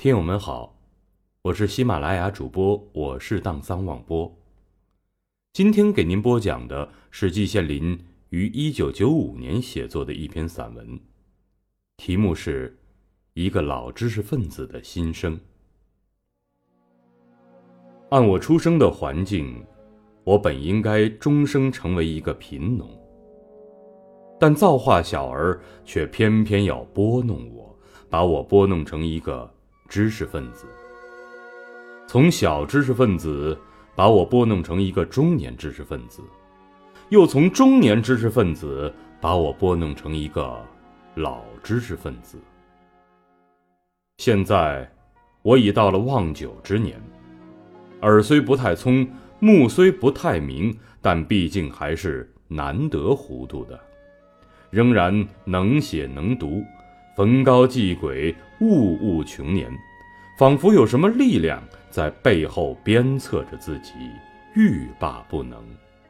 听友们好，我是喜马拉雅主播，我是荡桑网播。今天给您播讲的是季羡林于1995年写作的一篇散文，题目是《一个老知识分子的心声》。按我出生的环境，我本应该终生成为一个贫农，但造化小儿却偏偏要拨弄我，把我拨弄成一个知识分子。从小知识分子把我拨弄成一个中年知识分子，又从中年知识分子把我拨弄成一个老知识分子。现在我已到了望九之年，耳虽不太聪，目虽不太明，但毕竟还是难得糊涂的，仍然能写能读，逢高继轨，物物穷年，仿佛有什么力量在背后鞭策着自己，欲罢不能。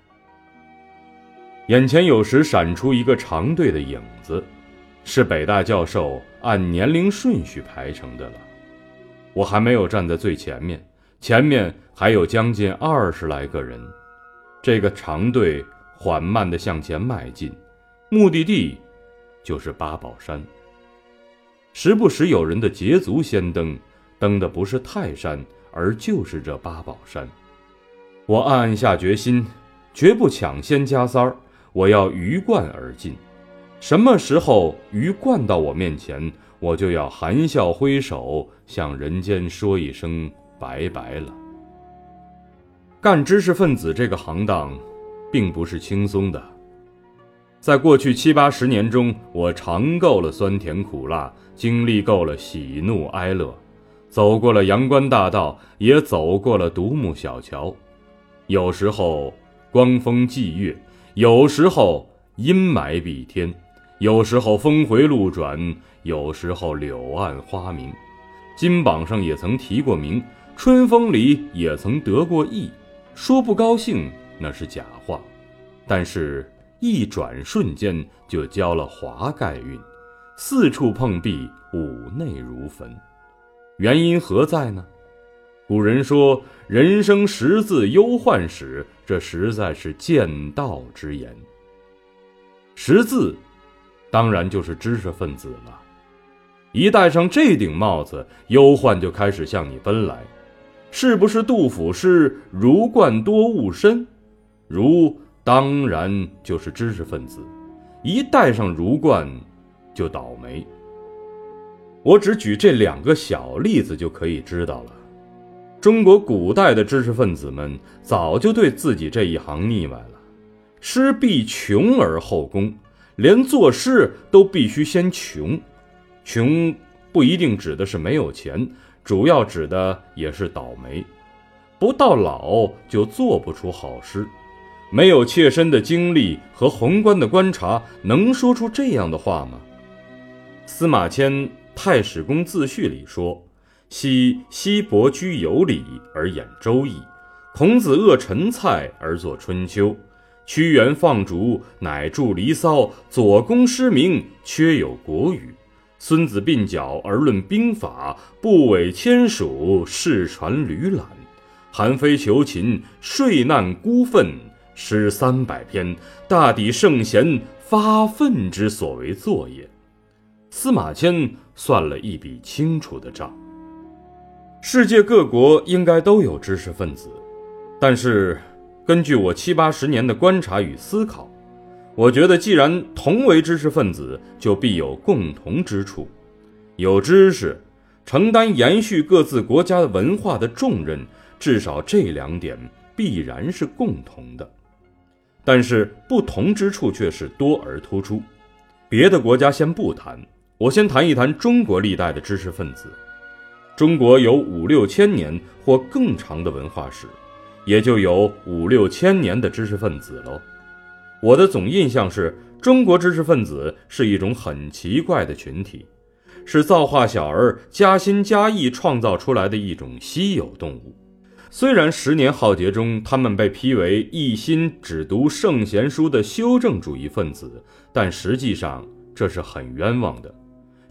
眼前有时闪出一个长队的影子，是北大教授按年龄顺序排成的了。我还没有站在最前面，前面还有将近20来个人。这个长队缓慢地向前迈进，目的地就是八宝山。时不时有人的捷足先登，登的不是泰山，而就是这八宝山。我暗暗下决心，绝不抢先加塞儿，我要鱼贯而进。什么时候鱼贯到我面前，我就要含笑挥手，向人间说一声拜拜了。干知识分子这个行当并不是轻松的，在过去7、80年中，我尝够了酸甜苦辣，经历够了喜怒哀乐，走过了阳关大道，也走过了独木小桥。有时候光风霁月，有时候阴霾蔽天，有时候峰回路转，有时候柳暗花明。金榜上也曾提过名，春风里也曾得过意，说不高兴那是假话，但是一转瞬间就交了华盖运，四处碰壁，五内如焚。原因何在呢？古人说人生识字忧患始，这实在是见道之言。识字当然就是知识分子了，一戴上这顶帽子，忧患就开始向你奔来。是不是杜甫诗儒冠多务深？儒当然就是知识分子，一戴上儒冠就倒霉。我只举这2个小例子就可以知道了。中国古代的知识分子们早就对自己这一行腻歪了，诗必穷而后工，连作诗都必须先穷。穷不一定指的是没有钱，主要指的也是倒霉。不到老就做不出好诗，没有切身的经历和宏观的观察，能说出这样的话吗？司马迁《太史公自序》里说：西伯居有礼而演周易，孔子扼陈蔡而作春秋，屈原放逐乃著离骚，左公失明缺有国语，孙子鬓角而论兵法，不韦迁蜀世传吕览，韩非求秦睡难孤愤，诗300篇，大抵圣贤发愤之所为作也。司马迁算了一笔清楚的账。世界各国应该都有知识分子，但是根据我7、80年的观察与思考，我觉得既然同为知识分子，就必有共同之处。有知识，承担延续各自国家的文化的重任，至少这2点必然是共同的。但是不同之处却是多而突出。别的国家先不谈，我先谈一谈中国历代的知识分子。中国有5、6千年或更长的文化史，也就有5、6千年的知识分子喽。我的总印象是，中国知识分子是一种很奇怪的群体，是造化小儿加心加意创造出来的一种稀有动物。虽然10年浩劫中，他们被批为一心只读圣贤书的修正主义分子，但实际上这是很冤枉的。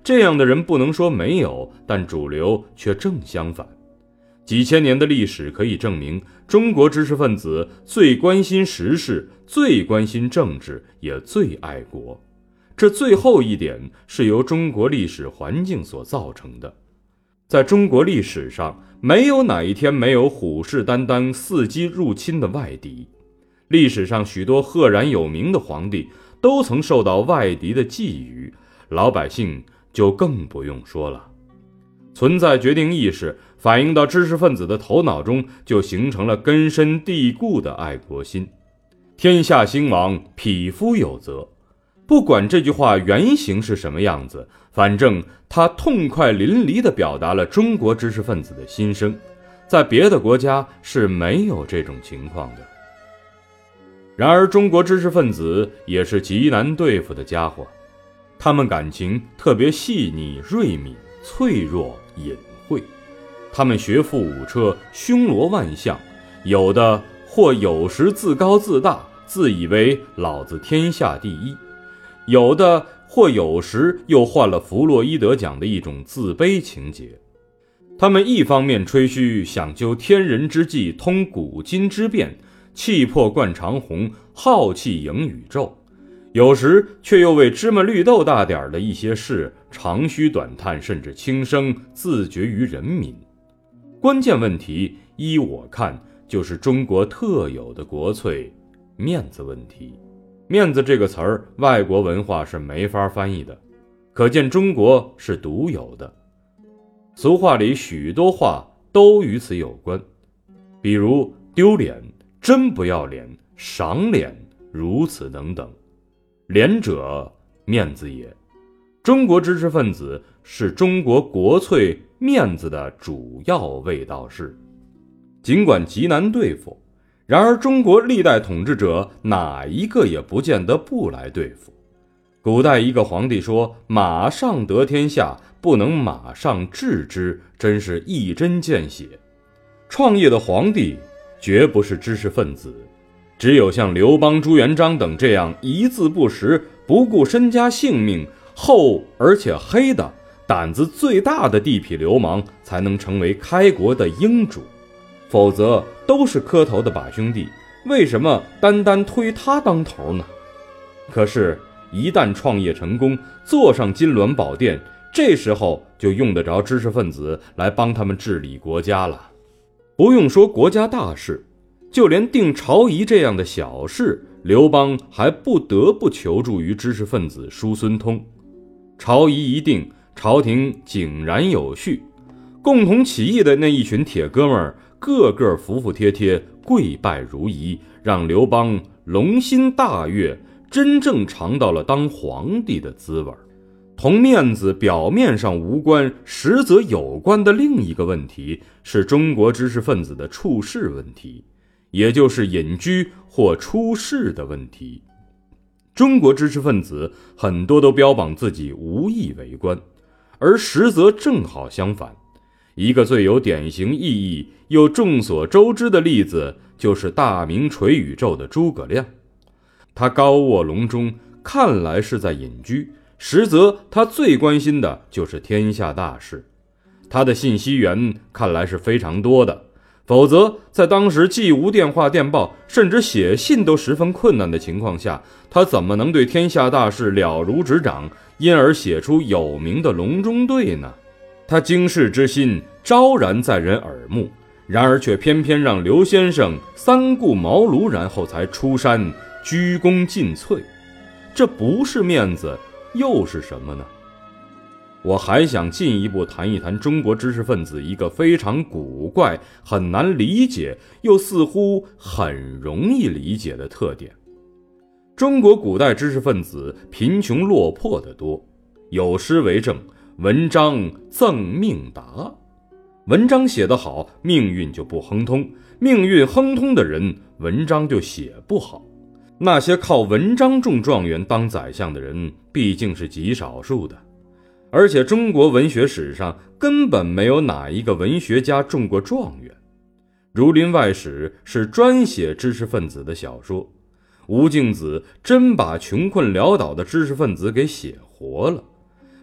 这样的人不能说没有，但主流却正相反。几千年的历史可以证明，中国知识分子最关心时事，最关心政治，也最爱国。这最后一点是由中国历史环境所造成的。在中国历史上，没有哪一天没有虎视眈眈、伺机入侵的外敌。历史上许多赫然有名的皇帝都曾受到外敌的觊觎，老百姓就更不用说了。存在决定意识反映到知识分子的头脑中，就形成了根深蒂固的爱国心。天下兴亡，匹夫有责。不管这句话原型是什么样子，反正它痛快淋漓地表达了中国知识分子的心声。在别的国家是没有这种情况的。然而中国知识分子也是极难对付的家伙，他们感情特别细腻、锐敏、脆弱、隐晦。他们学富五车，凶罗万象，有的或有时自高自大，自以为老子天下第一，有的或有时又患了弗洛伊德讲的一种自卑情节。他们一方面吹嘘想究天人之际，通古今之变，气魄贯长虹，浩气盈宇宙，有时却又为芝麻绿豆大点的一些事长吁短叹，甚至轻声自绝于人民。关键问题依我看就是中国特有的国粹面子问题。面子这个词儿，外国文化是没法翻译的，可见中国是独有的。俗话里许多话都与此有关，比如丢脸、真不要脸、赏脸，如此等等。脸者，面子也。中国知识分子是中国国粹面子的主要卫道士，尽管极难对付，然而中国历代统治者哪一个也不见得不来对付。古代一个皇帝说马上得天下，不能马上治之，真是一针见血。创业的皇帝绝不是知识分子，只有像刘邦、朱元璋等这样一字不识、不顾身家性命、厚而且黑的胆子最大的地痞流氓，才能成为开国的英主。否则都是磕头的把兄弟，为什么单单推他当头呢？可是一旦创业成功，坐上金銮宝殿，这时候就用得着知识分子来帮他们治理国家了。不用说国家大事，就连定朝仪这样的小事，刘邦还不得不求助于知识分子叔孙通。朝仪一定，朝廷井然有序，共同起义的那一群铁哥们儿个个服服帖帖，跪拜如仪，让刘邦龙心大悦，真正尝到了当皇帝的滋味。同面子表面上无关，实则有关的另一个问题是中国知识分子的处事问题，也就是隐居或出世的问题。中国知识分子很多都标榜自己无意为官，而实则正好相反。一个最有典型意义又众所周知的例子，就是大名垂宇宙的诸葛亮。他高卧龙中，看来是在隐居，实则他最关心的就是天下大事。他的信息源看来是非常多的，否则在当时既无电话电报，甚至写信都十分困难的情况下，他怎么能对天下大事了如指掌，因而写出有名的隆中对呢？他经世之心昭然在人耳目，然而却偏偏让刘先生三顾茅庐，然后才出山鞠躬尽瘁。这不是面子又是什么呢？我还想进一步谈一谈中国知识分子一个非常古怪、很难理解又似乎很容易理解的特点。中国古代知识分子贫穷落魄的多，有诗为证，文章赠命达。文章写得好，命运就不亨通，命运亨通的人，文章就写不好。那些靠文章中状元当宰相的人毕竟是极少数的，而且中国文学史上根本没有哪一个文学家中过状元。《儒林外史》是专写知识分子的小说，吴敬梓真把穷困潦倒的知识分子给写活了。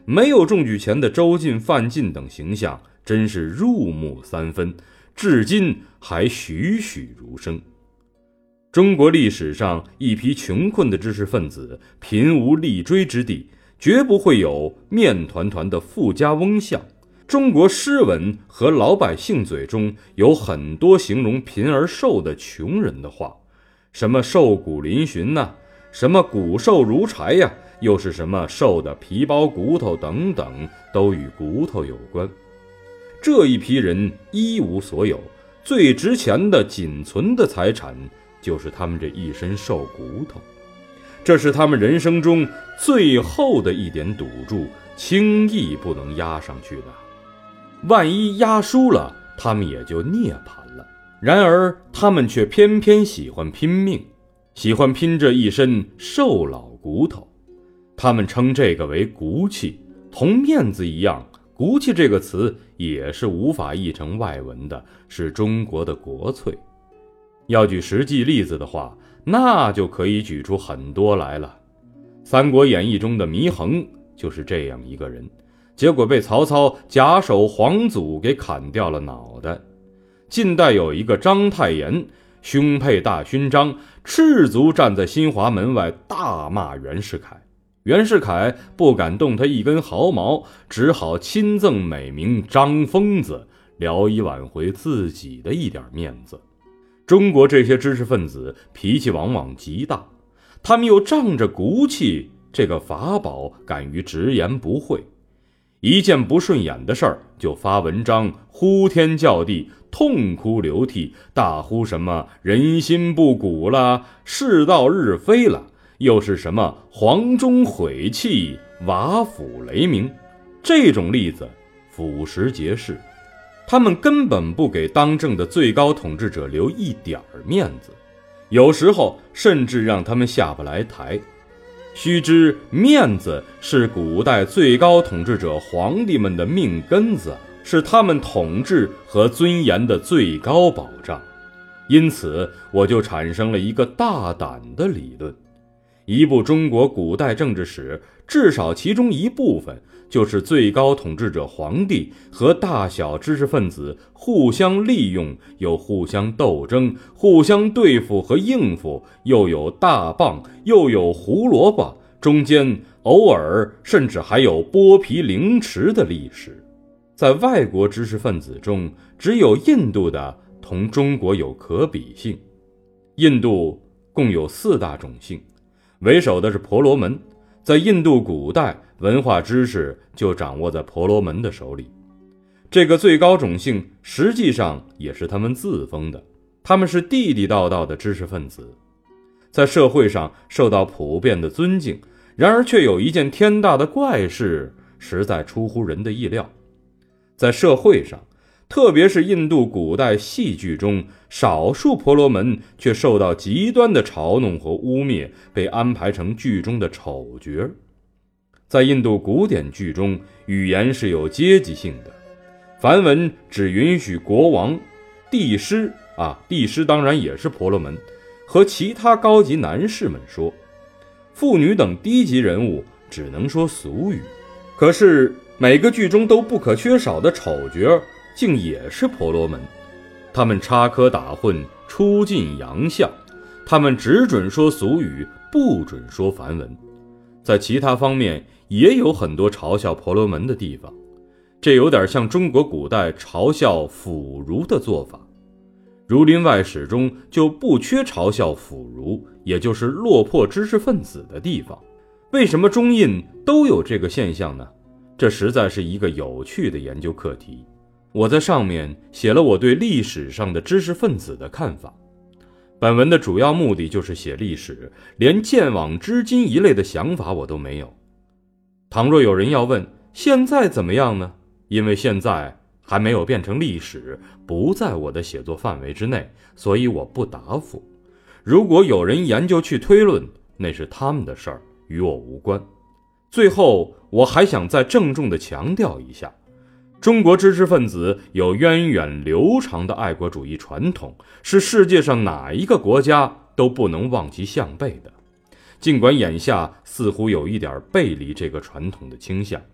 没有中举前的周进、范进等形象，真是入木三分，至今还栩栩如生。中国历史上一批穷困的知识分子，贫无立锥之地，绝不会有面团团的富家翁相。中国诗文和老百姓嘴中有很多形容贫而瘦的穷人的话，什么瘦骨嶙峋呐，什么骨瘦如柴呀，又是什么瘦的皮包骨头等等，都与骨头有关。这一批人一无所有，最值钱的仅存的财产就是他们这一身瘦骨头，这是他们人生中最后的一点赌注，轻易不能压上去的。万一压输了，他们也就涅槃了。然而他们却偏偏喜欢拼命，喜欢拼这一身瘦老骨头。他们称这个为骨气，同面子一样，骨气这个词也是无法译成外文的，是中国的国粹。要举实际例子的话，那就可以举出很多来了。三国演义中的祢衡就是这样一个人，结果被曹操假手皇祖给砍掉了脑袋。近代有一个章太炎，胸佩大勋章，赤足站在新华门外大骂袁世凯。袁世凯不敢动他一根毫毛，只好亲赠美名张疯子，聊以挽回自己的一点面子。中国这些知识分子脾气往往极大，他们又仗着骨气这个法宝，敢于直言不讳。一件不顺眼的事儿就发文章，呼天叫地，痛哭流涕，大呼什么人心不古了，世道日非了，又是什么黄钟毁弃，瓦釜雷鸣。这种例子俯拾皆是，他们根本不给当政的最高统治者留一点面子，有时候甚至让他们下不来台。须知面子是古代最高统治者皇帝们的命根子，是他们统治和尊严的最高保障。因此我就产生了一个大胆的理论，一部中国古代政治史，至少其中一部分就是最高统治者皇帝和大小知识分子互相利用，又互相斗争，互相对付和应付，又有大棒，又有胡萝卜，中间偶尔甚至还有剥皮凌迟的历史。在外国知识分子中，只有印度的同中国有可比性。印度共有4大种姓，为首的是婆罗门。在印度古代，文化知识就掌握在婆罗门的手里。这个最高种姓实际上也是他们自封的，他们是地地道道的知识分子，在社会上受到普遍的尊敬。然而却有一件天大的怪事，实在出乎人的意料。在社会上，特别是印度古代戏剧中，少数婆罗门却受到极端的嘲弄和污蔑，被安排成剧中的丑角。在印度古典剧中，语言是有阶级性的，梵文只允许国王、帝师帝师当然也是婆罗门，和其他高级男士们说，妇女等低级人物只能说俗语。可是每个剧中都不可缺少的丑角竟也是婆罗门，他们插科打诨，出尽洋相，他们只准说俗语，不准说梵文。在其他方面也有很多嘲笑婆罗门的地方，这有点像中国古代嘲笑腐儒的做法。儒林外史中就不缺嘲笑腐儒，也就是落魄知识分子的地方。为什么中印都有这个现象呢？这实在是一个有趣的研究课题。我在上面写了我对历史上的知识分子的看法。本文的主要目的就是写历史，连鉴往知今一类的想法我都没有。倘若有人要问现在怎么样呢？因为现在还没有变成历史，不在我的写作范围之内，所以我不答复。如果有人研究去推论，那是他们的事儿，与我无关。最后我还想再郑重地强调一下，中国知识分子有源远流长的爱国主义传统，是世界上哪一个国家都不能望其项背的。尽管眼下似乎有一点背离这个传统的倾向，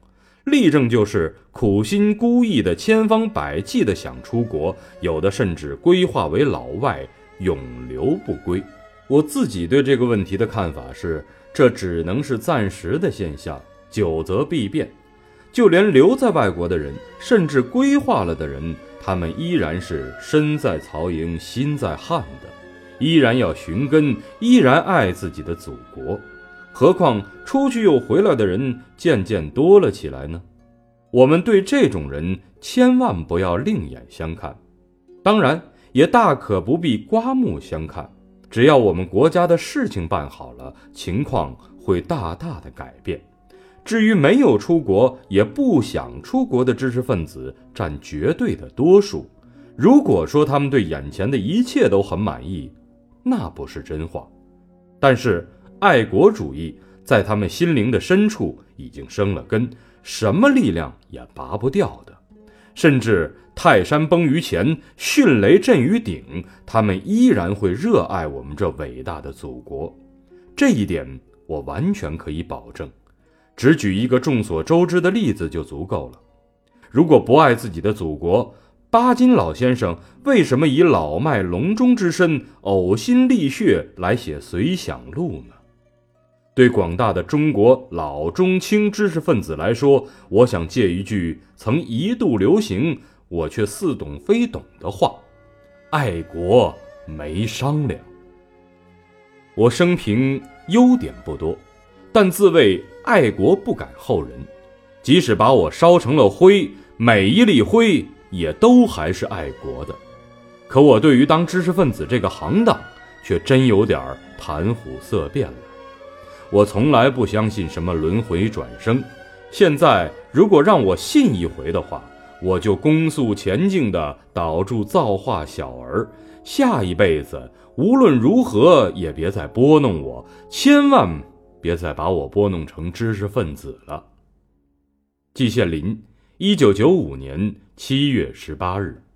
例证就是苦心孤诣的千方百计的想出国，有的甚至规划为老外，永留不归。我自己对这个问题的看法是，这只能是暂时的现象，久则必变。就连留在外国的人，甚至规划了的人，他们依然是身在曹营心在汉的，依然要寻根，依然爱自己的祖国。何况出去又回来的人渐渐多了起来呢？我们对这种人千万不要另眼相看，当然也大可不必刮目相看。只要我们国家的事情办好了，情况会大大的改变。至于没有出国也不想出国的知识分子占绝对的多数，如果说他们对眼前的一切都很满意，那不是真话。但是爱国主义在他们心灵的深处已经生了根，什么力量也拔不掉的。甚至泰山崩于前，迅雷震于顶，他们依然会热爱我们这伟大的祖国。这一点我完全可以保证。只举一个众所周知的例子就足够了。如果不爱自己的祖国，巴金老先生为什么以老迈隆中之身呕心沥血来写《随想录》呢？对广大的中国老中青知识分子来说，我想借一句曾一度流行我却似懂非懂的话：爱国没商量。我生平优点不多，但自谓爱国不改后人，即使把我烧成了灰，每一粒灰也都还是爱国的。可我对于当知识分子这个行当却真有点谈虎色变了。我从来不相信什么轮回转生，现在如果让我信一回的话，我就攻速前进地导住造化小儿，下一辈子无论如何也别再拨弄我，千万别再把我拨弄成知识分子了。季羡林，1995年7月18日。